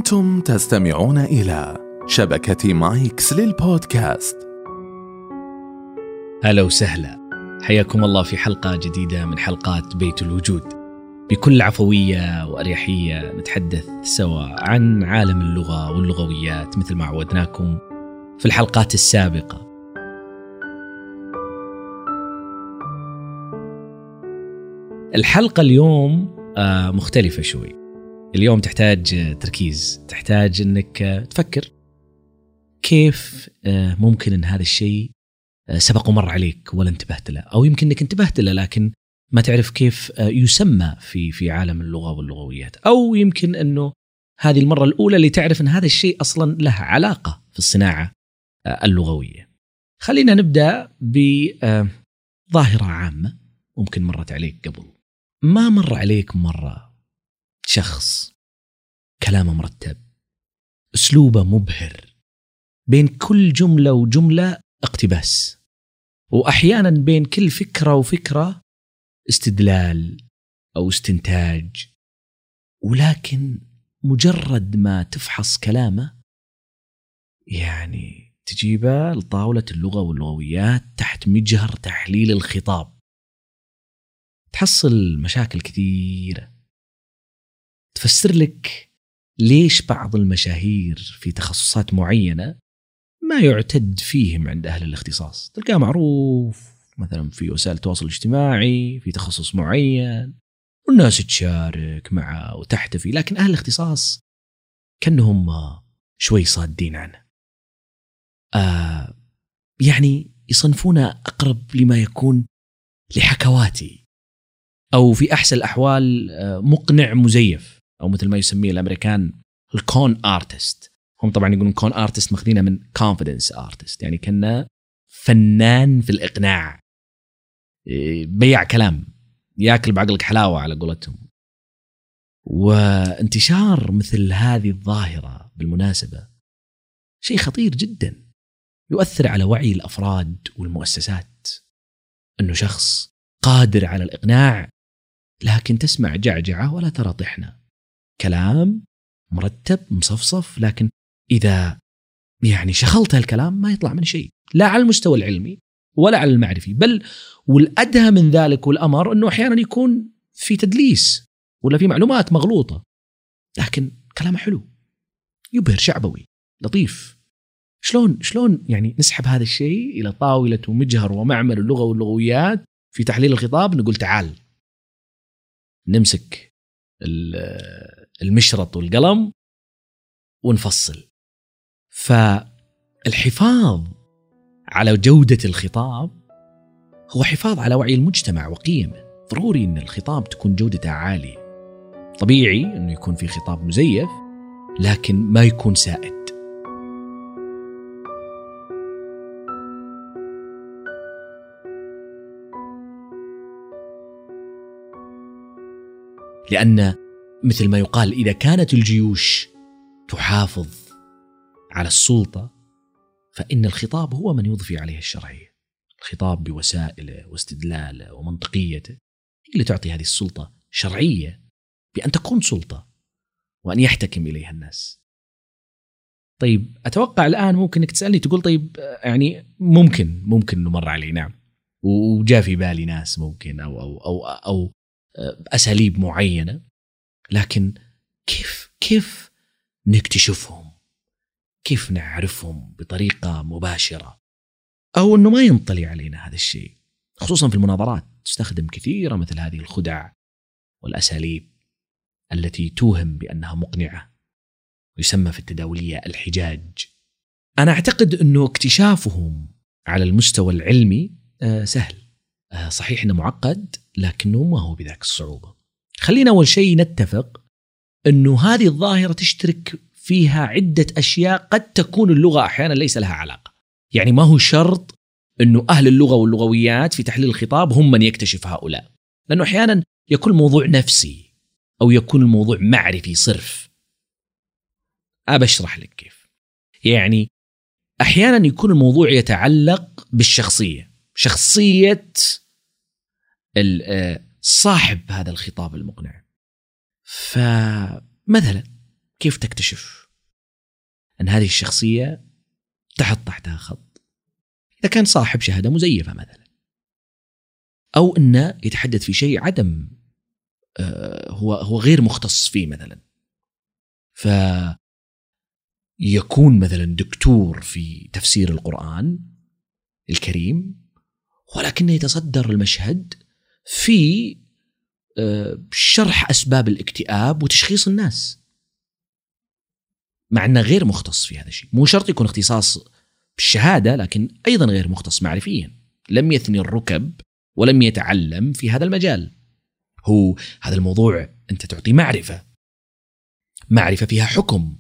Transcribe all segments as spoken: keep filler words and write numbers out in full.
أنتم تستمعون إلى شبكة مايكس للبودكاست. هلا وسهلا، حياكم الله في حلقة جديدة من حلقات بيت الوجود. بكل عفوية وأريحية نتحدث سوا عن عالم اللغة واللغويات مثل ما عودناكم في الحلقات السابقة. الحلقة اليوم مختلفة شوي. اليوم تحتاج تركيز، تحتاج أنك تفكر كيف ممكن أن هذا الشيء سبق ومر عليك ولا انتبهت له، أو يمكن أنك انتبهت له لكن ما تعرف كيف يسمى في في عالم اللغة واللغويات، أو يمكن أنه هذه المرة الأولى اللي تعرف أن هذا الشيء أصلا له علاقة في الصناعة اللغوية. خلينا نبدأ بظاهرة عامة ممكن مرت عليك قبل. ما مر عليك مرة شخص كلامه مرتب، أسلوبه مبهر، بين كل جملة وجملة اقتباس، وأحيانا بين كل فكرة وفكرة استدلال أو استنتاج، ولكن مجرد ما تفحص كلامه يعني تجيبه لطاولة اللغة واللغويات تحت مجهر تحليل الخطاب، تحصل مشاكل كثيرة، تفسر لك ليش بعض المشاهير في تخصصات معينة ما يعتد فيهم عند أهل الاختصاص. تلقاه معروف مثلا في وسائل التواصل الاجتماعي في تخصص معين والناس تشارك معه وتحتفي، لكن أهل الاختصاص كأنهم شوي صادين عنه. آه يعني يصنفونه أقرب لما يكون لحكواتي، أو في أحسن الأحوال مقنع مزيف، أو مثل ما يسميه الأمريكان الكون آرتست. هم طبعا يقولون كون آرتست ماخذينها من confidence آرتست، يعني كنا فنان في الإقناع، بيع كلام، ياكل بعقلك حلاوة على قولتهم. وانتشار مثل هذه الظاهرة بالمناسبة شيء خطير جدا، يؤثر على وعي الأفراد والمؤسسات. أنه شخص قادر على الإقناع لكن تسمع جعجعة ولا ترى طحنة، كلام مرتب مصفصف، لكن إذا يعني شخلت هالكلام ما يطلع من شيء، لا على المستوى العلمي ولا على المعرفي، بل والأدهى من ذلك والأمر أنه أحيانا يكون في تدليس ولا في معلومات مغلوطة، لكن كلامه حلو يبهر شعبوي لطيف. شلون شلون يعني نسحب هذا الشيء إلى طاولة ومجهر ومعمل اللغة واللغويات في تحليل الخطاب؟ نقول تعال نمسك المشرط والقلم ونفصل. فالحفاظ على جودة الخطاب هو حفاظ على وعي المجتمع وقيمه. ضروري أن الخطاب تكون جودته عالية، طبيعي أنه يكون في خطاب مزيف لكن ما يكون سائد. لأن مثل ما يقال إذا كانت الجيوش تحافظ على السلطة فإن الخطاب هو من يضفي عليه الشرعية. الخطاب بوسائله واستدلاله ومنطقيته هي اللي تعطي هذه السلطة شرعية بأن تكون سلطة وأن يحتكم إليها الناس. طيب أتوقع الآن ممكن أنك تسألني تقول طيب يعني ممكن ممكن نمر عليه، نعم، وجاء في بالي ناس ممكن أو أو أو, أو أساليب معينة، لكن كيف كيف نكتشفهم؟ كيف نعرفهم بطريقة مباشرة، أو أنه ما ينطلي علينا هذا الشيء؟ خصوصا في المناظرات تستخدم كثيرا مثل هذه الخدع والأساليب التي توهم بأنها مقنعة، ويسمى في التداولية الحجاج. أنا أعتقد أنه اكتشافهم على المستوى العلمي سهل، صحيح أنه معقد لكنه ما هو بذاك الصعوبة. خلينا أول شيء نتفق أنه هذه الظاهرة تشترك فيها عدة أشياء قد تكون اللغة أحيانا ليس لها علاقة. يعني ما هو شرط أنه أهل اللغة واللغويات في تحليل الخطاب هم من يكتشف هؤلاء، لأنه أحيانا يكون الموضوع نفسي أو يكون الموضوع معرفي صرف. أبشرح لك كيف. يعني أحيانا يكون الموضوع يتعلق بالشخصية، شخصية صاحب هذا الخطاب المقنع. فمثلا كيف تكتشف أن هذه الشخصية تحط تحتها خط؟ إذا كان صاحب شهادة مزيفة مثلا، أو أنه يتحدث في شيء عدم آه هو هو غير مختص فيه مثلا، فيكون مثلا دكتور في تفسير القرآن الكريم ولكنه يتصدر المشهد في آه شرح أسباب الاكتئاب وتشخيص الناس، مع أنه غير مختص في هذا الشيء. مو شرط يكون اختصاص بالشهادة، لكن أيضا غير مختص معرفيا، لم يثني الركب ولم يتعلم في هذا المجال. هو هذا الموضوع أنت تعطي معرفة، معرفة فيها حكم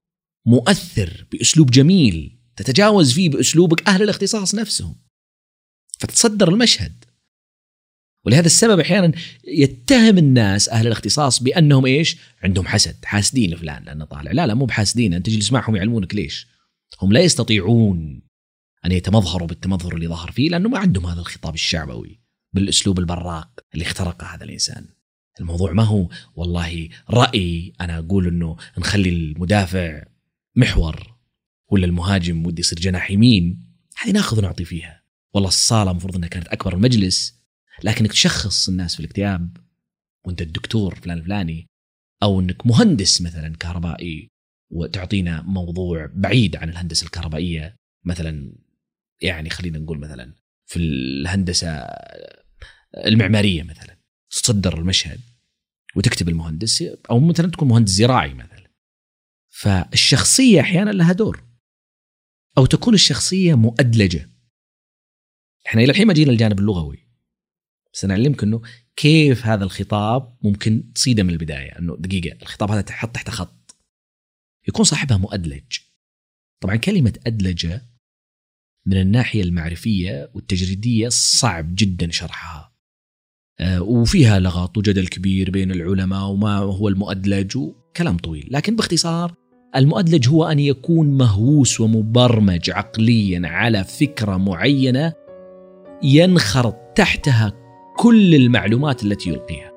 مؤثر بأسلوب جميل تتجاوز فيه بأسلوبك أهل الاختصاص نفسهم، فتتصدر المشهد. ولهذا السبب أحيانا يتهم الناس أهل الاختصاص بأنهم إيش؟ عندهم حسد، حاسدين فلان لأنه طالع. لا لا، مو بحاسدين، أنت تجلس معهم يعلمونك ليش. هم لا يستطيعون أن يتمظهروا بالتمظهر اللي ظهر فيه، لأنه ما عندهم هذا الخطاب الشعبوي بالأسلوب البراق اللي اخترقه هذا الإنسان. الموضوع ما هو والله رأي أنا أقول أنه نخلي المدافع محور ولا المهاجم ودي يصير جناح يمين، هذه ناخذ ونعطي فيها. والله الصالة مفروض أنها كانت أكبر المجلس، لكنك تشخص الناس في الاكتئاب وأنت الدكتور فلان فلاني، أو أنك مهندس مثلا كهربائي وتعطينا موضوع بعيد عن الهندسة الكهربائية مثلا، يعني خلينا نقول مثلا في الهندسة المعمارية مثلا، تصدر المشهد وتكتب المهندس، أو مثلا تكون مهندس زراعي مثلا. فالشخصية أحيانا لها دور، أو تكون الشخصية مؤدلجة. إحنا إلى الحين ما جينا الجانب اللغوي، بس نعلمك أنه كيف هذا الخطاب ممكن تصيده من البداية. أنه دقيقة، الخطاب هذا تحط تحت خط، يكون صاحبها مؤدلج. طبعا كلمة أدلجة من الناحية المعرفية والتجريدية صعب جدا شرحها، آه وفيها لغط وجدل كبير بين العلماء وما هو المؤدلج وكلام طويل. لكن باختصار، المؤدلج هو أن يكون مهووس ومبرمج عقليا على فكرة معينة ينخرط تحتها كل المعلومات التي يلقيها.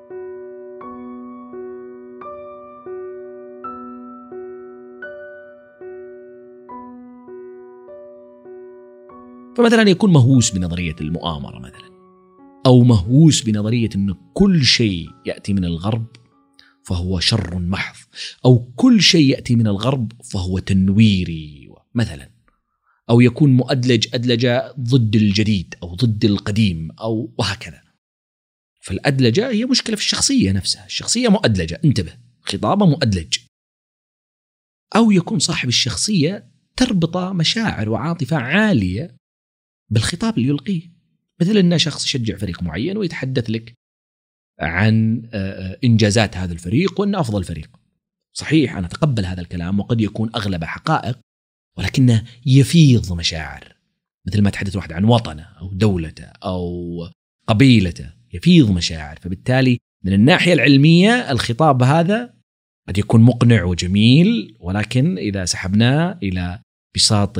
فمثلا يكون مهووس بنظرية المؤامرة مثلا، أو مهووس بنظرية أن كل شيء يأتي من الغرب فهو شر محض، أو كل شيء يأتي من الغرب فهو تنويري مثلا. أو يكون مؤدلج أدلجة ضد الجديد أو ضد القديم أو وهكذا. فالأدلجة هي مشكلة في الشخصية نفسها، الشخصية مؤدلجة، انتبه، خطابة مؤدلج. أو يكون صاحب الشخصية تربط مشاعر وعاطفة عالية بالخطاب اللي يلقيه، مثل أن شخص يشجع فريق معين ويتحدث لك عن إنجازات هذا الفريق وأنه أفضل فريق. صحيح، أنا أتقبل هذا الكلام وقد يكون أغلب حقائق، ولكنه يفيض مشاعر، مثل ما تحدث واحد عن وطنه أو دولته أو قبيلته، يفيض مشاعر. فبالتالي من الناحية العلمية الخطاب هذا قد يكون مقنع وجميل، ولكن إذا سحبناه إلى بساط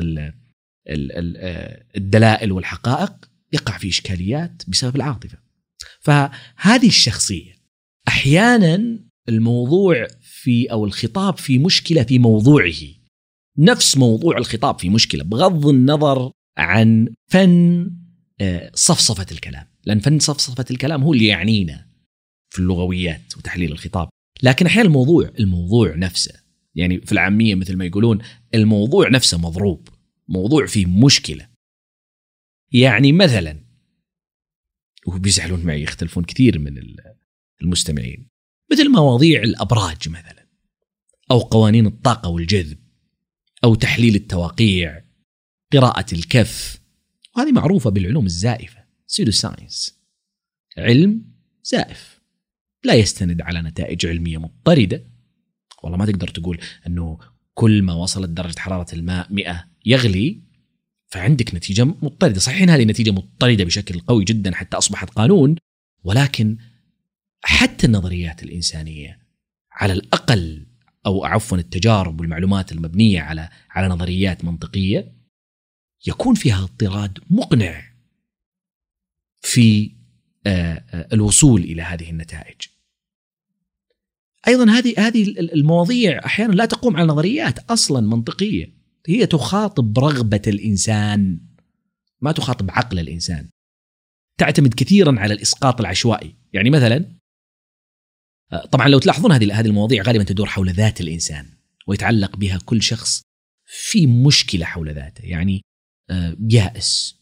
الدلائل والحقائق يقع في إشكاليات بسبب العاطفة. فهذه الشخصية أحيانا الموضوع في أو الخطاب في مشكلة في موضوعه، نفس موضوع الخطاب في مشكلة بغض النظر عن فن صفصفة الكلام، لأن فن صفصفة الكلام هو اللي يعنينا في اللغويات وتحليل الخطاب. لكن أحيانا الموضوع الموضوع نفسه، يعني في العامية مثل ما يقولون الموضوع نفسه مضروب، موضوع فيه مشكلة. يعني مثلا، وبيزعلون معي يختلفون كثير من المستمعين، مثل مواضيع الأبراج مثلا، أو قوانين الطاقة والجذب، أو تحليل التواقيع، قراءة الكف. وهذه معروفة بالعلوم الزائفة، سيدو ساينس، علم زائف لا يستند على نتائج علمية مضطردة. والله ما تقدر تقول أنه كل ما وصلت درجة حرارة الماء مئة يغلي فعندك نتيجة مضطردة. صحيح هذه نتيجة مضطردة بشكل قوي جدا حتى أصبحت قانون، ولكن حتى النظريات الإنسانية على الأقل، أو عفوا التجارب والمعلومات المبنية على على نظريات منطقية، يكون فيها اضطراد مقنع في الوصول إلى هذه النتائج. أيضا هذه هذه المواضيع أحيانا لا تقوم على نظريات أصلا منطقية، هي تخاطب رغبة الإنسان ما تخاطب عقل الإنسان، تعتمد كثيرا على الإسقاط العشوائي. يعني مثلا طبعا لو تلاحظون هذه هذه المواضيع غالبا تدور حول ذات الإنسان ويتعلق بها كل شخص في مشكلة حول ذاته، يعني يائس،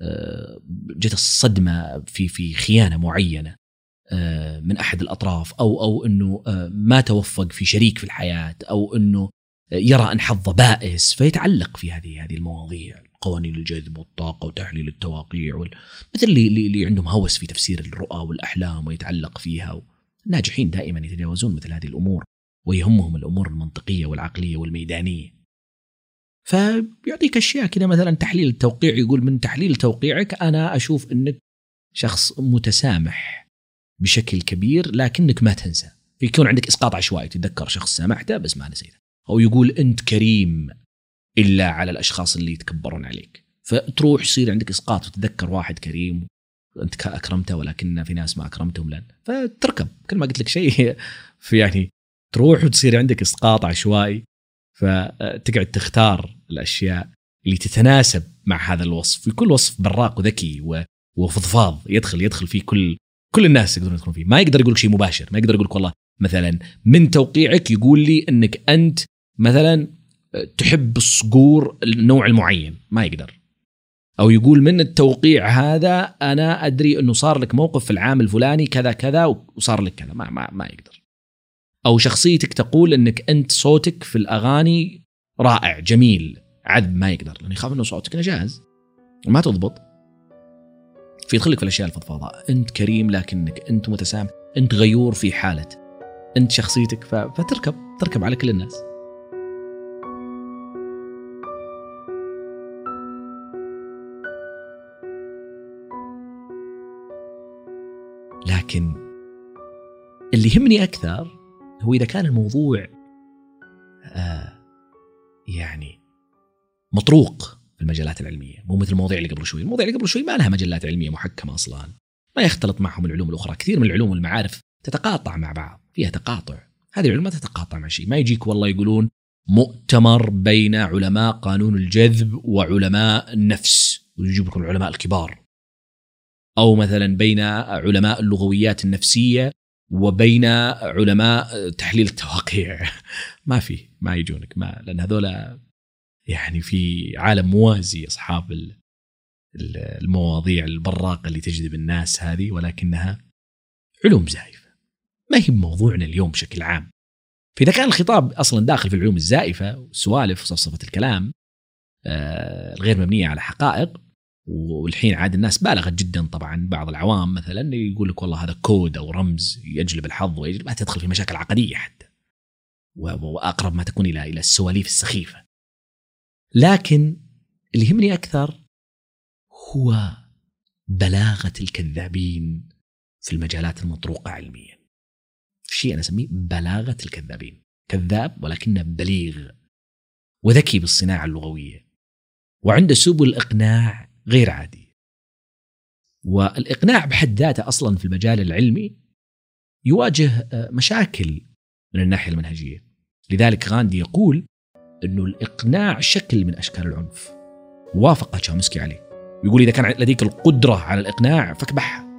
جت الصدمة في في خيانة معينة من أحد الأطراف، أو أو إنه ما توفق في شريك في الحياة، أو إنه يرى أن حظه بائس، فيتعلق في هذه هذه المواضيع، قوانين الجذب والطاقة وتحليل التواقيع وال... مثل اللي اللي عندهم هوس في تفسير الرؤى والأحلام ويتعلق فيها. الناجحين دائما يتجاوزون مثل هذه الأمور ويهمهم الأمور المنطقية والعقلية والميدانية. فيعطيك أشياء كده، مثلا تحليل التوقيع، يقول من تحليل توقيعك أنا أشوف أنك شخص متسامح بشكل كبير لكنك ما تنسى، فيكون عندك إسقاط عشوائي، تتذكر شخص سامحته بس ما نسيته. أو يقول أنت كريم إلا على الأشخاص اللي يتكبرون عليك، فتروح يصير عندك إسقاط وتتذكر واحد كريم أنت أكرمته ولكن في ناس ما أكرمتهم لن، فتركب كل ما قلت لك شيء في يعني تروح وتصير عندك إسقاط عشوائي، فتقعد تختار الأشياء اللي تتناسب مع هذا الوصف. وكل وصف براق وذكي وفضفاض يدخل يدخل فيه كل كل الناس يقدرون يدخلون فيه. ما يقدر يقولك شيء مباشر، ما يقدر يقولك والله مثلا من توقيعك يقول لي أنك أنت مثلا تحب الصقور النوع المعين، ما يقدر. أو يقول من التوقيع هذا أنا أدري أنه صار لك موقف في العام الفلاني كذا كذا وصار لك كذا، ما, ما, ما يقدر. أو شخصيتك تقول أنك أنت صوتك في الأغاني رائع جميل، عذب، ما يقدر لأنه يخاف أنه صوتك نجاز وما تضبط، فيدخلك في الأشياء الفضفاضة. أنت كريم لكنك أنت متسامح، أنت غيور في حالة، أنت شخصيتك، فتركب تركب على كل الناس. لكن اللي يهمني أكثر هو إذا كان الموضوع آه يعني مطروق في المجالات العلمية، مو مثل المواضيع اللي قبل شوي. المواضيع اللي قبل شوي ما لها مجلات علمية محكمة أصلا، ما يختلط معهم العلوم الأخرى. كثير من العلوم والمعارف تتقاطع مع بعض، فيها تقاطع. هذه العلوم ما تتقاطع مع شيء. ما يجيك والله يقولون مؤتمر بين علماء قانون الجذب وعلماء النفس ويجيب لكم العلماء الكبار، أو مثلا بين علماء اللغويات النفسية وبين علماء تحليل التواقيع. ما في ما يجونك، ما لأن هذولا يعني في عالم موازي أصحاب المواضيع البراقة اللي تجذب الناس هذه، ولكنها علوم زائفة، ما هي موضوعنا اليوم بشكل عام. فإذا كان الخطاب أصلا داخل في العلوم الزائفة والسوالف وصفصفة الكلام آه الغير مبنية على حقائق، والحين عاد الناس بالغت جدا طبعا. بعض العوام مثلا يقول لك والله هذا كود أو رمز يجلب الحظ ويجلب، ما تدخل في مشاكل عقدية حتى، وأقرب ما تكون إلى إلى السواليف السخيفة. لكن اللي يهمني أكثر هو بلاغة الكذابين في المجالات المطروقة علميا. في شيء أنا أسميه بلاغة الكذابين، كذاب ولكنه بليغ وذكي بالصناعة اللغوية، وعنده سبل إقناع غير عادي. والإقناع بحد ذاته أصلا في المجال العلمي يواجه مشاكل من الناحية المنهجية. لذلك غاندي يقول أنه الإقناع شكل من أشكال العنف، وافق تشامسكي عليه. يقول إذا كان لديك القدرة على الإقناع فاكبحها.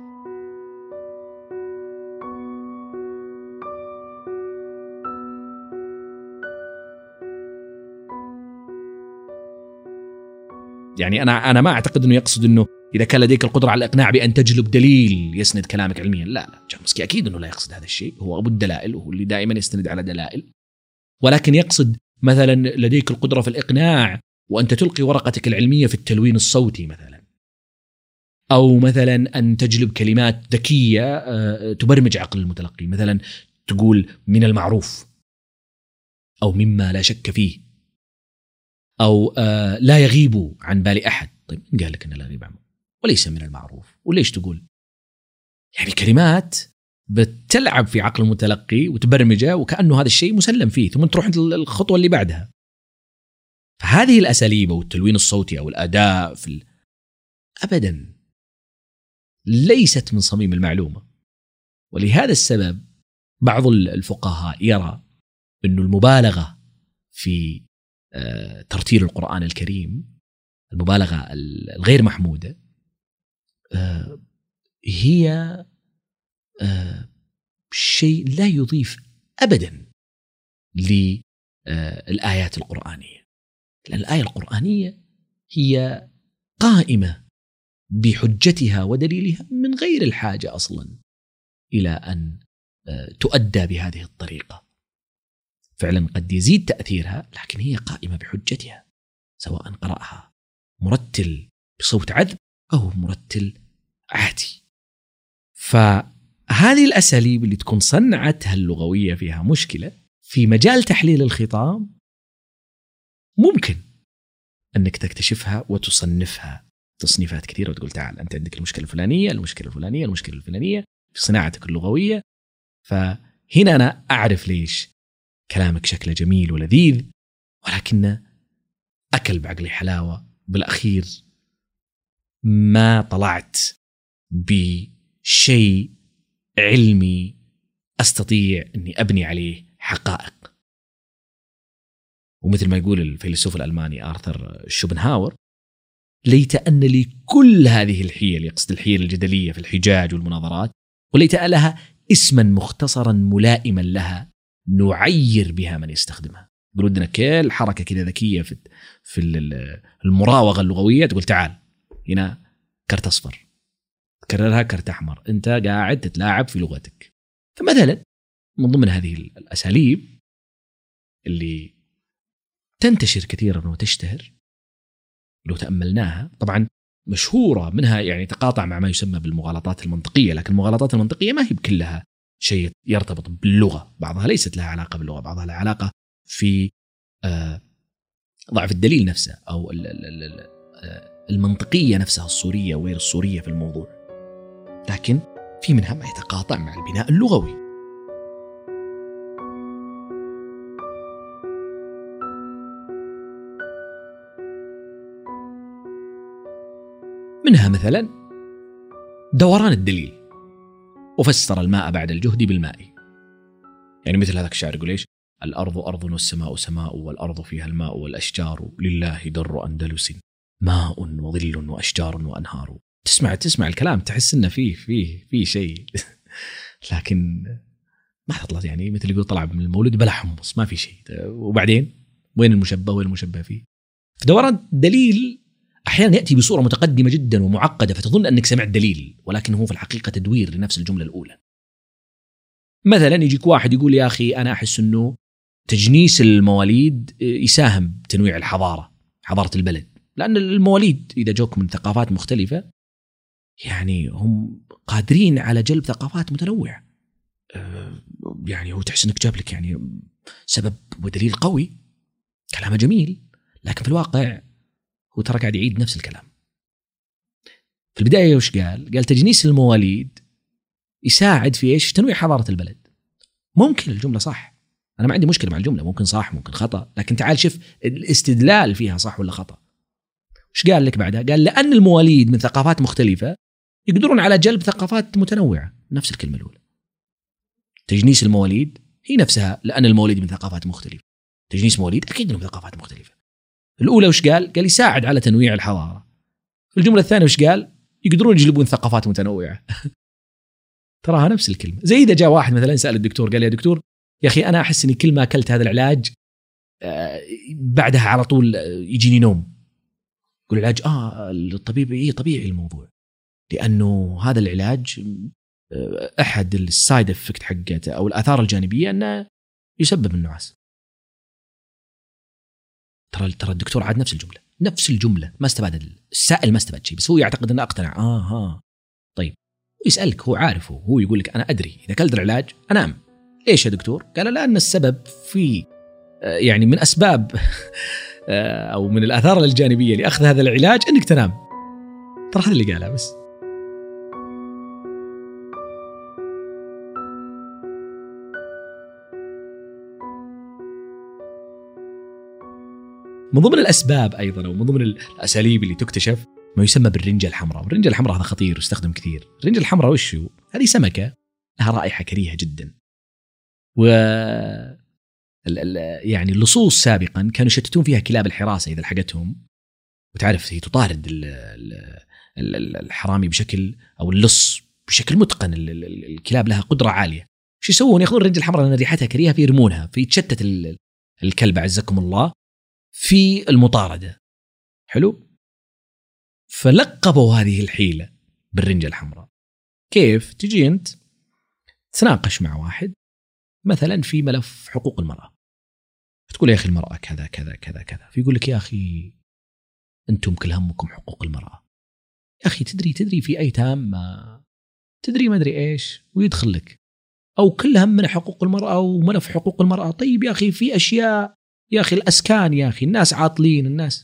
يعني أنا أنا ما أعتقد أنه يقصد أنه إذا كان لديك القدرة على الإقناع بأن تجلب دليل يسند كلامك علميا. لا لا، تشامسكي أكيد أنه لا يقصد هذا الشيء، هو أبو الدلائل وهو اللي دائما يستند على دلائل. ولكن يقصد مثلا لديك القدرة في الإقناع وأنت تلقي ورقتك العلمية في التلوين الصوتي مثلا، أو مثلا أن تجلب كلمات ذكية تبرمج عقل المتلقي، مثلا تقول من المعروف أو مما لا شك فيه، أو لا يغيب عن بال أحد. طيب من قال لك أنه لا يغيب عنه وليس من المعروف؟ وليش تقول؟ يعني كلمات بتلعب في عقل المتلقي وتبرمجه وكأنه هذا الشيء مسلم فيه، ثم تروح الخطوة اللي بعدها. فهذه الأساليب والتلوين الصوتي أو الأداء في ال... أبدا ليست من صميم المعلومة. ولهذا السبب بعض الفقهاء يرى أن المبالغة في ترتيل القرآن الكريم، المبالغة الغير محمودة، هي شيء لا يضيف أبدا للآيات القرآنية، لأن الآية القرآنية هي قائمة بحجتها ودليلها من غير الحاجة أصلا إلى أن تؤدى بهذه الطريقة. فعلا قد يزيد تأثيرها، لكن هي قائمة بحجتها، سواء قرأها مرتل بصوت عذب أو مرتل عادي. فهذه الأساليب اللي تكون صنعتها اللغوية فيها مشكلة في مجال تحليل الخطاب، ممكن أنك تكتشفها وتصنفها تصنيفات كثيرة وتقول تعال أنت عندك المشكلة الفلانية المشكلة الفلانية المشكلة الفلانية في صناعتك اللغوية. فهنا أنا أعرف ليش كلامك شكله جميل ولذيذ، ولكنه أكل بعقلي حلاوة، بالأخير ما طلعت بشيء علمي أستطيع أني أبني عليه حقائق. ومثل ما يقول الفيلسوف الألماني آرثر شوبنهاور: ليت أن لي كل هذه الحيل، يقصد الحيل الجدلية في الحجاج والمناظرات، وليت لها اسما مختصرا ملائما لها نعير بها من يستخدمها. يقول ودنا كل حركة كذا ذكية في في المراوغة اللغوية تقول تعال هنا كرت أصفر، تكررها كرت أحمر، أنت قاعد تتلاعب في لغتك. فمثلا من ضمن هذه الأساليب اللي تنتشر كثيرا وتشتهر لو تأملناها، طبعا مشهورة منها يعني تقاطع مع ما يسمى بالمغالطات المنطقية، لكن المغالطات المنطقية ما هي بكلها شيء يرتبط باللغة، بعضها ليست لها علاقة باللغة، بعضها لها علاقة في ضعف الدليل نفسه أو المنطقية نفسها الصورية وغير الصورية في الموضوع، لكن في منها ما يتقاطع مع البناء اللغوي. منها مثلا دوران الدليل، وفسر الماء بعد الجهد بالماء. يعني مثل هذاك الشاعر يقول إيش: الأرض أرض والسماء سماء والأرض فيها الماء والأشجار لله در أندلس ماء وظل وأشجار وأنهار. تسمع تسمع الكلام تحس إنه فيه فيه فيه شيء لكن ما تطلع، يعني مثل يقول طلع من المولد بلا حمص، ما في شيء. وبعدين وين المشبه وين المشبه فيه؟ في دوران الدليل أحيانا يأتي بصورة متقدمة جدا ومعقدة فتظن أنك سمعت دليل، ولكن هو في الحقيقة تدوير لنفس الجملة الأولى. مثلا يجيك واحد يقول يا أخي أنا أحس أنه تجنيس المواليد يساهم بتنويع الحضارة، حضارة البلد، لأن المواليد إذا جوك من ثقافات مختلفة يعني هم قادرين على جلب ثقافات متنوعة. يعني هو تحس أنك جاب لك يعني سبب ودليل قوي، كلامه جميل، لكن في الواقع هو ترى قاعد يعيد نفس الكلام. في البداية وش قال؟ قال تجنيس المواليد يساعد في إيش؟ تنويع حضارة البلد. ممكن الجملة صح، أنا ما عندي مشكلة مع الجملة، ممكن صح ممكن خطأ، لكن تعال شوف الاستدلال فيها صح ولا خطأ. وش قال لك بعدها؟ قال لأن المواليد من ثقافات مختلفة يقدرون على جلب ثقافات متنوعة. نفس الكلمة الأولى، تجنيس المواليد هي نفسها لأن المواليد من ثقافات مختلفة، تجنيس مواليد أكيد من ثقافات مختلفة. الأولى وش قال؟ قال يساعد على تنويع الحضارة. في الجملة الثانية وش قال؟ يقدرون يجلبون ثقافات متنوعة. تراها نفس الكلمة. زي إذا جاء واحد مثلا سأل الدكتور قال يا دكتور يا أخي أنا أحس إني كل ما أكلت هذا العلاج بعدها على طول يجيني نوم. يقول العلاج آه الطبيب إيه طبيعي الموضوع، لأنه هذا العلاج أحد السايد إفكت حقته أو الآثار الجانبية أنه يسبب النعاس. ترى ترى الدكتور عاد نفس الجملة نفس الجملة ما استفاد السائل، ما استفاد شيء، بس هو يعتقد أنه أقتنع. آه ها طيب يسألك، هو عارفه، هو يقول لك أنا أدري إذا كلت العلاج أنام. ليش يا دكتور؟ قال لأن السبب في يعني من أسباب أو من الآثار الجانبية لأخذ هذا العلاج أنك تنام. ترى هذا اللي قالها بس. من ضمن الأسباب أيضا أو من ضمن الأساليب اللي تكتشف ما يسمى بالرنجة الحمراء. والرنجة الحمراء هذا خطير واستخدم كثير. الرنجة الحمراء وش هو؟ هذه سمكة لها رائحة كريهة جدا، و يعني اللصوص سابقا كانوا يشتتون فيها كلاب الحراسة إذا لحقتهم، وتعرف هي تطارد الحرامي بشكل أو اللص بشكل متقن، الكلاب لها قدرة عالية. شو يسوون؟ يأخذون الرنجة الحمراء لأن ريحتها كريهة فيرمونها، فيتشتت الكلب عزكم الله في المطاردة. حلو. فلقبوا هذه الحيلة بالرنجة الحمراء. كيف؟ تجي أنت تناقش مع واحد مثلا في ملف حقوق المرأة، تقول يا أخي المرأة كذا كذا كذا كذا، فيقول لك يا أخي أنتم كل همكم حقوق المرأة، يا أخي تدري تدري في أيتام ما تدري ما أدري إيش، ويدخل لك أو كل همنا حقوق المرأة وملف حقوق المرأة. طيب يا أخي في أشياء، يا أخي الأسكان، يا أخي الناس عاطلين، الناس.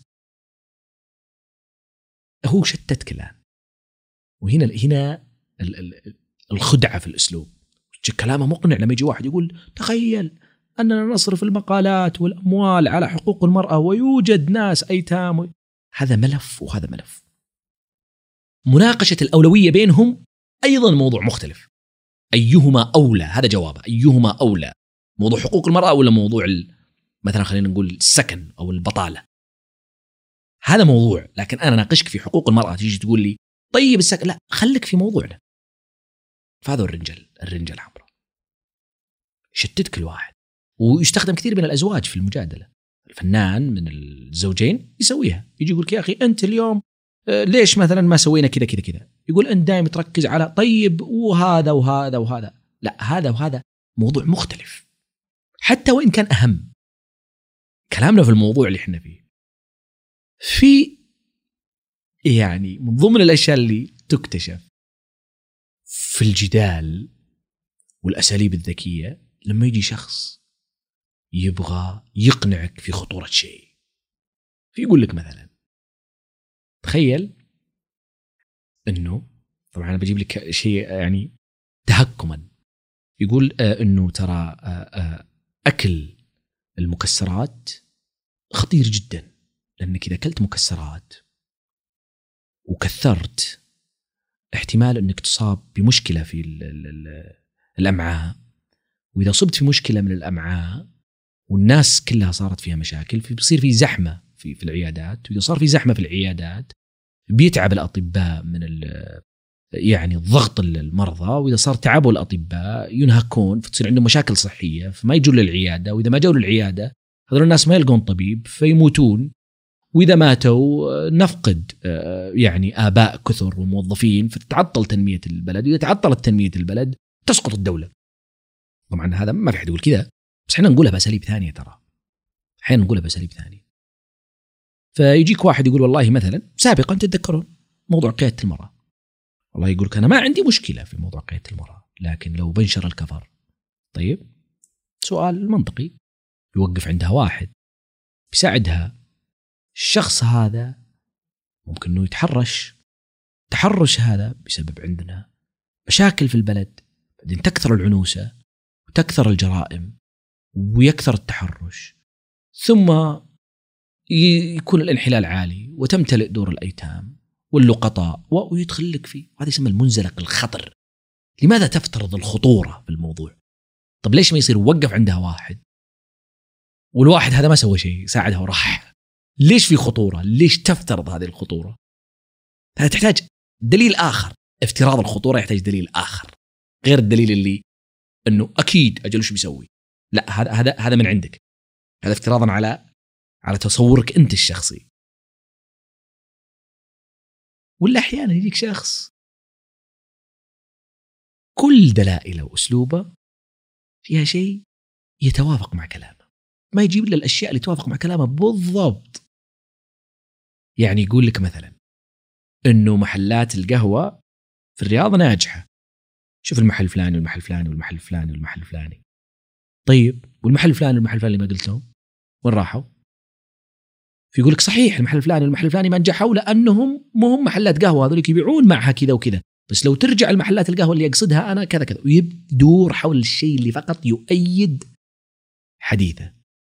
هو شتت الآن. وهنا هنا الخدعة في الأسلوب. كلامه مقنع لما يجي واحد يقول تخيل أننا نصرف المقالات والأموال على حقوق المرأة ويوجد ناس أيتام. هذا ملف وهذا ملف. مناقشة الأولوية بينهم أيضا موضوع مختلف. أيهما أولى؟ هذا جوابه. أيهما أولى؟ موضوع حقوق المرأة ولا موضوع مثلا خلينا نقول السكن أو البطالة؟ هذا موضوع. لكن أنا ناقشك في حقوق المرأة تيجي تقول لي طيب السكن، لا خليك في موضوعنا. فهذا الرنجل الرنجل الحمراء شتت كل واحد. ويستخدم كثير من الأزواج في المجادلة. الفنان من الزوجين يسويها، يجي يقول يا أخي أنت اليوم ليش مثلا ما سوينا كذا كذا كذا، يقول أنت دائما تركز على طيب وهذا وهذا وهذا. لا، هذا وهذا موضوع مختلف حتى وإن كان أهم. كلامنا في الموضوع اللي احنا فيه في يعني من ضمن الأشياء اللي تكتشف في الجدال والأساليب الذكية لما يجي شخص يبغى يقنعك في خطورة شيء. فيقول لك مثلا تخيل أنه، طبعا أنا بجيب لك شيء يعني تهكما، يقول آه أنه ترى آه آه أكل المكسرات خطير جدا، لأنك إذا أكلت مكسرات وكثرت احتمال أنك تصاب بمشكلة في الأمعاء، وإذا صبت في مشكلة من الأمعاء والناس كلها صارت فيها مشاكل، فبيصير في زحمة في في العيادات، وإذا صار في زحمة في العيادات بيتعب الأطباء من يعني الضغط المرضى، وإذا صار تعبوا الأطباء ينهكون فتصير عندهم مشاكل صحية فما يجوا للعيادة، وإذا ما جوا للعيادة هذول الناس ما يلقون طبيب فيموتون، وإذا ماتوا نفقد يعني آباء كثر وموظفين فتتعطل تنمية البلد، وإذا تعطلت تنمية البلد تسقط الدولة. طبعا هذا ما في حد يقول كذا، بس احنا نقولها بأساليب ثانية، ترى احنا نقولها بأساليب ثانية. فيجيك واحد يقول والله مثلا سابقا تتذكرون موضوع قيادة المرأة، والله يقولك أنا ما عندي مشكلة في موضوع قيادة المرأة، لكن لو بنشر الكفر. طيب سؤال منطقي، يوقف عندها واحد بيساعدها، الشخص هذا ممكن أنه يتحرش، تحرش هذا بسبب عندنا مشاكل في البلد، بعدين تكثر العنوسة وتكثر الجرائم ويكثر التحرش، ثم يكون الانحلال عالي وتمتلئ دور الأيتام واللقطاء ويدخل لك فيه. هذا يسمى المنزلق الخطر. لماذا تفترض الخطورة في الموضوع؟ طب ليش ما يصير وقف عندها واحد والواحد هذا ما سوى شيء، ساعدها وراح؟ ليش في خطورة؟ ليش تفترض هذه الخطورة؟ هذا تحتاج دليل آخر. افتراض الخطورة يحتاج دليل آخر غير الدليل اللي أنه أكيد أجل شو بيسوي. لا، هذا هذا هذا من عندك، هذا افتراضا على على تصورك أنت الشخصي. ولا أحيانا يجيك شخص كل دلائله وأسلوبه فيها شيء يتوافق مع كلامه، ما يجيب إلا الأشياء اللي توافق مع كلامه بالضبط. يعني يقول لك مثلا إنه محلات القهوة في الرياض ناجحة، شوف المحل الفلاني والمحل الفلاني والمحل الفلاني والمحل الفلاني. طيب والمحل الفلاني والمحل الفلاني اللي ما قلتهم وين راحوا؟ فيقول لك صحيح المحل الفلاني والمحل الفلاني ما نجحوا لأنهم مهم محلات قهوة هذول يبيعون معها كذا وكذا، بس لو ترجع المحلات القهوة اللي يقصدها أنا كذا كذا، ويدور حول الشيء اللي فقط يؤيد حديثه.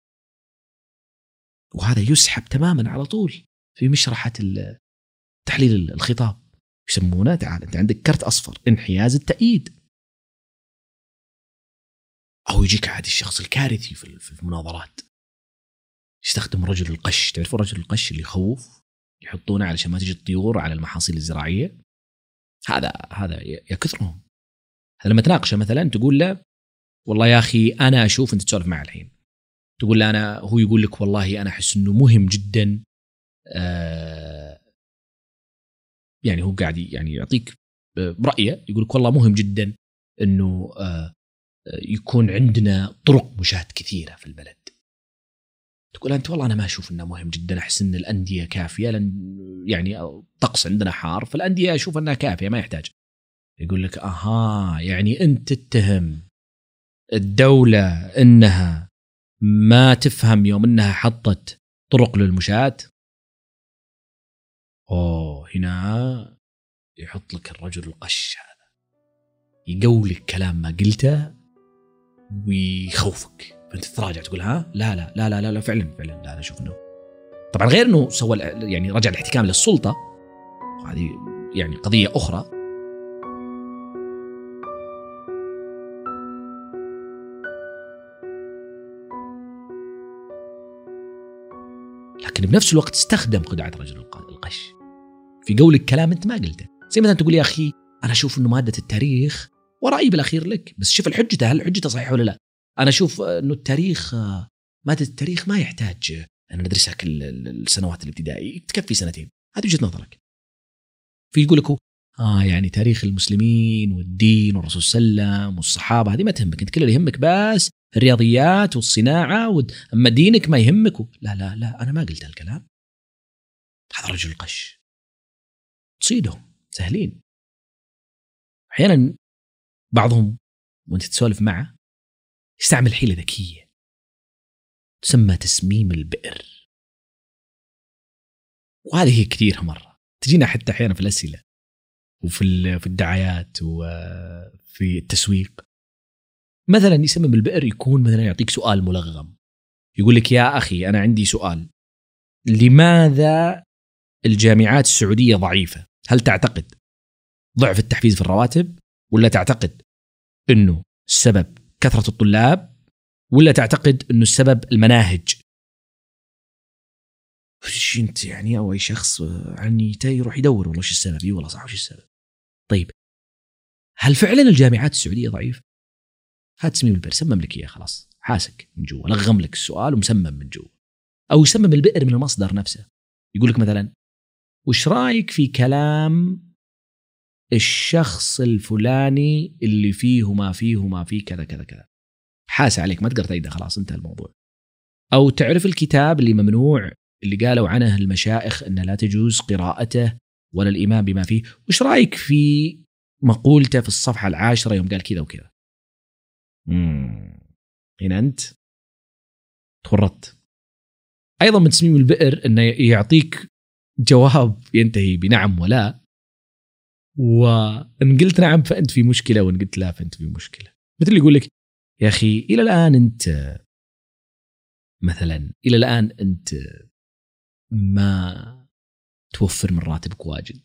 وهذا يسحب تماما على طول في مشرحة تحليل الخطاب، يسمونه تعال أنت عندك كرت أصفر، انحياز التأييد. أو يجيك عاد الشخص الكارثي في المناظرات، يستخدم رجل القش. تعرفوا رجل القش اللي يخوف، يحطونه علشان ما تجي الطيور على المحاصيل الزراعية. هذا هذا يكثرهم. هذا لما تناقشه مثلا تقول له والله يا أخي أنا أشوف، أنت تسولف معه الحين، تقول له أنا، هو يقول لك والله أنا أحس إنه مهم جدا، آه يعني هو قاعد يعني يعطيك برأيه، يقول لك والله مهم جدا إنه آه يكون عندنا طرق مشاة كثيرة في البلد. تقول أنت والله أنا ما أشوف إنه مهم جدا، أحس إن الأندية كافية، لأن يعني الطقس عندنا حار، فالأندية أشوف أنها كافية ما يحتاج. يقول لك أها، يعني أنت تتهم الدولة إنها ما تفهم يوم إنها حطت طرق للمشاة. أوه، هنا يحط لك الرجل القش هذا، يقولك كلام ما قلته ويخوفك، فأنت تراجع تقول ها لا لا لا لا لا, لا فعلا فعلا لا لا شوف إنه طبعا غير إنه سوى يعني رجع الاحتكام للسلطة، هذه يعني قضية أخرى. لكن بنفس الوقت استخدم خدعة رجل القش في قولك كلام أنت ما قلته. زي مثلا تقول يا أخي أنا أشوف إنه مادة التاريخ ورأيي بالأخير لك، بس شوف الحجة، هل حجته صحيحة ولا لا؟ أنا أشوف إنه التاريخ، مادة التاريخ ما يحتاج أن ندرسها كل السنوات الابتدائي، تكفي سنتين. هذه وجهة نظرك. في يقول لك آه يعني تاريخ المسلمين والدين والرسول صلى الله عليه وسلم والصحابة هذه ما تهمك، أنت كل اللي يهمك بس الرياضيات والصناعة، أما دينك ما يهمك. لا لا لا أنا ما قلت هالكلام. هذا رجل القش. تصيدهم سهلين. أحيانا بعضهم وانت تسولف معه يستعمل حيلة ذكية تسمى تسميم البئر، وهذه هي كثيرة مرة تجينا حتى أحيانا في الأسئلة وفي في الدعايات وفي التسويق. مثلا يسمم البئر، يكون مثلا يعطيك سؤال ملغم، يقول لك يا أخي أنا عندي سؤال، لماذا الجامعات السعودية ضعيفة؟ هل تعتقد ضعف التحفيز في الرواتب، ولا تعتقد أنه السبب كثرة الطلاب، ولا تعتقد أنه السبب المناهج؟ وش انت يعني او اي شخص عني يروح يدور والله وش السبب؟ اي والله صح، وش السبب؟ طيب هل فعلا الجامعات السعوديه ضعيف؟ هات تسميم البئر، سمم لك اياه خلاص، حاسك من جوا، لغم لك السؤال ومسمم من جوا. او يسمم البئر من المصدر نفسه، يقول لك مثلا وش رايك في كلام الشخص الفلاني اللي فيه وما فيه وما فيه كذا كذا كذا، حاس عليك ما تقدر تعيده، خلاص انتهى الموضوع. او تعرف الكتاب اللي ممنوع اللي قالوا عنه المشائخ أن لا تجوز قراءته ولا الإيمان بما فيه، وش رأيك في مقولته في الصفحة العاشرة يوم قال كذا وكذا؟ مم. هنا أنت تورطت. أيضا من تسميم البئر أنه يعطيك جواب ينتهي بنعم ولا، وإن قلت نعم فأنت في مشكلة، وإن قلت لا فأنت في مشكلة. مثل اللي يقول لك يا أخي إلى الآن أنت مثلا إلى الآن أنت ما توفر من راتبك واجد،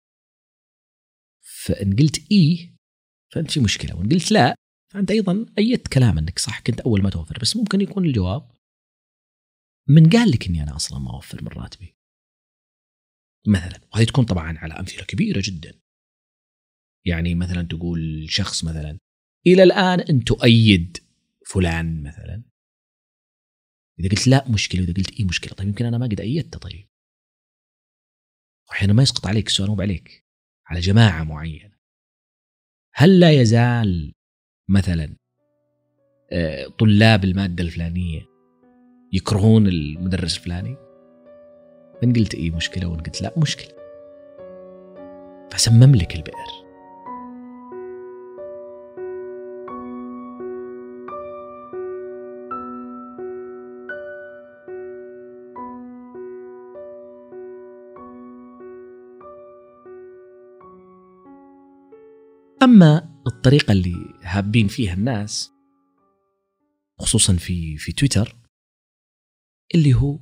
فإن قلت إيه فأنت في مشكلة، وإن قلت لا فأنت أيضا أيت كلام أنك صح كنت أول ما توفر، بس ممكن يكون الجواب من قال لك أني أنا أصلا ما أوفر من راتبي مثلا. وهذه تكون طبعا على أمثلة كبيرة جدا. يعني مثلا تقول شخص مثلا إلى الآن أنت تؤيد فلان مثلا، إذا قلت لا مشكلة، وإذا قلت إيه مشكلة، طيب يمكن أنا ما قد أيدته. طيب وأحيانا ما يسقط عليك السؤال، مو عليك، على جماعة معينة. هل لا يزال مثلا طلاب المادة الفلانية يكرهون المدرس الفلاني؟ إن قلت إيه مشكلة، وإن قلت لا مشكلة، فسمم لك البئر. أما الطريقة اللي هابين فيها الناس خصوصا في في تويتر، اللي هو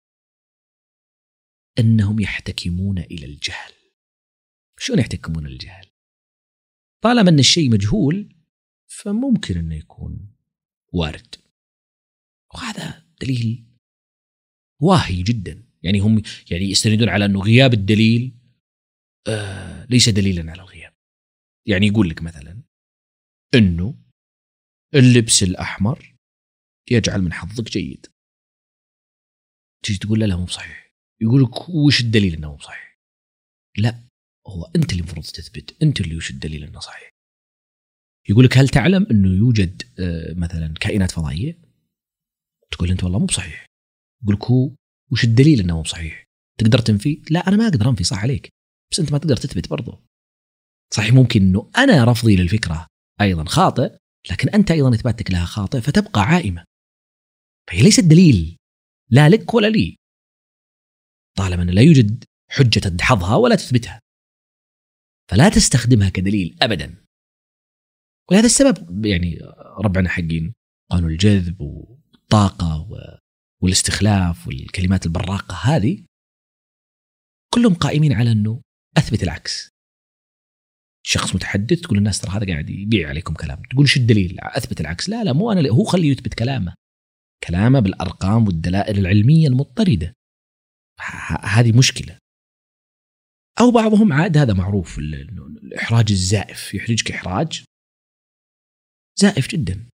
أنهم يحتكمون إلى الجهل. شلون يحتكمون الجهل؟ طالما أن الشيء مجهول فممكن أنه يكون وارد، وهذا دليل واهي جدا. يعني هم يعني يستندون على أنه غياب الدليل آه ليس دليلا على الغياب. يعني يقول لك مثلا أنه اللبس الأحمر يجعل من حظك جيد، تيجي تقول لا لا مو صحيح، يقول لك وش الدليل أنه مو صحيح؟ لا، هو أنت اللي المفروض تثبت، أنت اللي وش الدليل أنه صحيح. يقول لك هل تعلم أنه يوجد آه مثلا كائنات فضائية؟ تقول أنت والله مو صحيح. يقول لك هو وش الدليل أنه مو صحيح؟ تقدر تنفي؟ لا أنا ما أقدر أنفي، صح عليك، بس أنت ما تقدر تثبت برضو. صحيح ممكن أنه أنا رفضي للفكرة أيضا خاطئ، لكن أنت أيضا إثباتك لها خاطئ، فتبقى عائمة. فهي ليست دليل لا لك ولا لي، طالما أن لا يوجد حجة تدحضها ولا تثبتها، فلا تستخدمها كدليل أبدا. ولهذا السبب يعني ربعنا حقين قانون الجذب والطاقة والاستخلاف والكلمات البراقة هذه كلهم قائمين على أنه أثبت العكس. شخص متحدث تقول الناس ترى هذا قاعد يبيع عليكم كلام، تقول شو الدليل؟ أثبت العكس. لا لا مو أنا، هو خليه يثبت كلامه كلامه بالأرقام والدلائل العلمية المضطردة. هذه مشكلة. أو بعضهم عاد هذا معروف، الإحراج الزائف، يحرجك إحراج زائف جدا،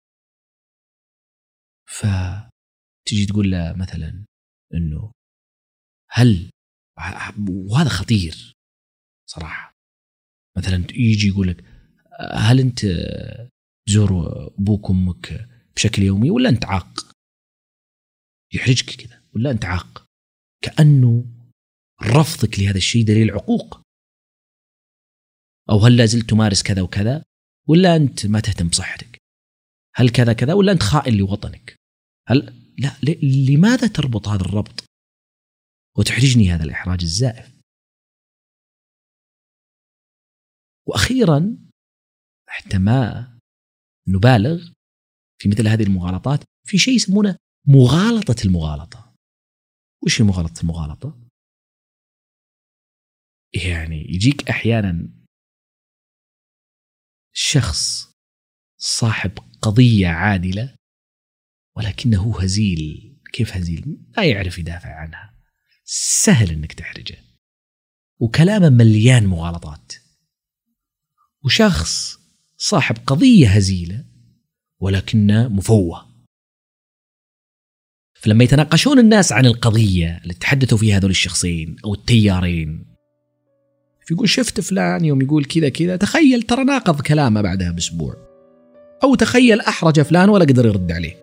فتجي تقول له مثلا أنه هل، وهذا خطير صراحة، مثلا يجي يقول لك هل أنت تزور أبوك وأمك بشكل يومي ولا أنت عاق؟ يحرجك كذا، ولا أنت عاق، كأنه رفضك لهذا الشيء دليل عقوق. أو هل لا زلت تمارس كذا وكذا ولا أنت ما تهتم بصحتك؟ هل كذا كذا ولا أنت خائن لوطنك؟ هل لا، لماذا تربط هذا الربط وتحرجني هذا الإحراج الزائف؟ وأخيرا حتى ما نبالغ في مثل هذه المغالطات، في شيء يسمونه مغالطة المغالطة. وش هي مغالطة المغالطة؟ يعني يجيك أحيانا شخص صاحب قضية عادلة ولكنه هزيل. كيف هزيل؟ لا يعرف يدافع عنها، سهل أنك تحرجه، وكلامه مليان مغالطات. وشخص صاحب قضية هزيلة ولكنه مفوه، فلما يتناقشون الناس عن القضية اللي تحدثوا فيها هذول الشخصين أو التيارين، يقول شفت فلان يوم يقول كذا كذا، تخيل ترى ناقض كلامه بعدها بأسبوع، أو تخيل أحرج فلان ولا قدر يرد عليه.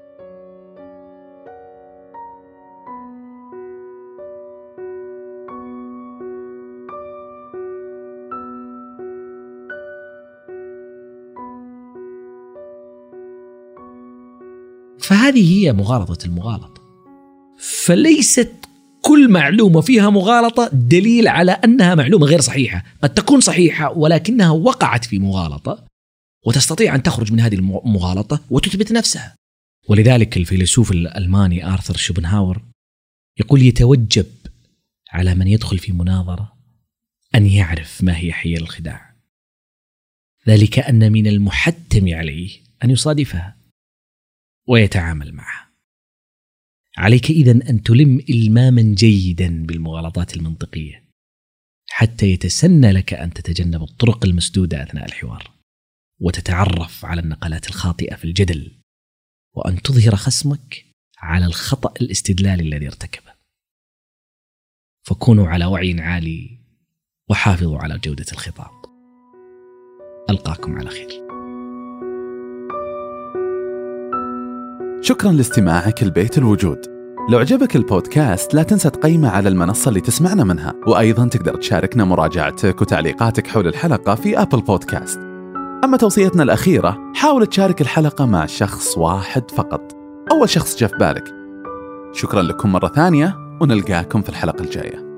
فهذه هي مغالطة المغالطة. فليست كل معلومة فيها مغالطة دليل على أنها معلومة غير صحيحة. قد تكون صحيحة ولكنها وقعت في مغالطة، وتستطيع أن تخرج من هذه المغالطة وتثبت نفسها. ولذلك الفيلسوف الألماني آرثر شوبنهاور يقول يتوجب على من يدخل في مناظرة أن يعرف ما هي حيل الخداع، ذلك أن من المحتم عليه أن يصادفها ويتعامل معها. عليك إذن أن تلم إلماما جيدا بالمغالطات المنطقية حتى يتسنى لك أن تتجنب الطرق المسدودة أثناء الحوار، وتتعرف على النقلات الخاطئة في الجدل، وأن تظهر خصمك على الخطأ الاستدلالي الذي ارتكبه. فكونوا على وعي عالي وحافظوا على جودة الخطاب. ألقاكم على خير. شكرا لاستماعك لبيت الوجود. لو عجبك البودكاست لا تنسى تقيمه على المنصة اللي تسمعنا منها، وأيضا تقدر تشاركنا مراجعتك وتعليقاتك حول الحلقة في أبل بودكاست. أما توصيتنا الأخيرة، حاول تشارك الحلقة مع شخص واحد فقط، أول شخص جاء في بالك. شكرا لكم مرة ثانية، ونلقاكم في الحلقة الجاية.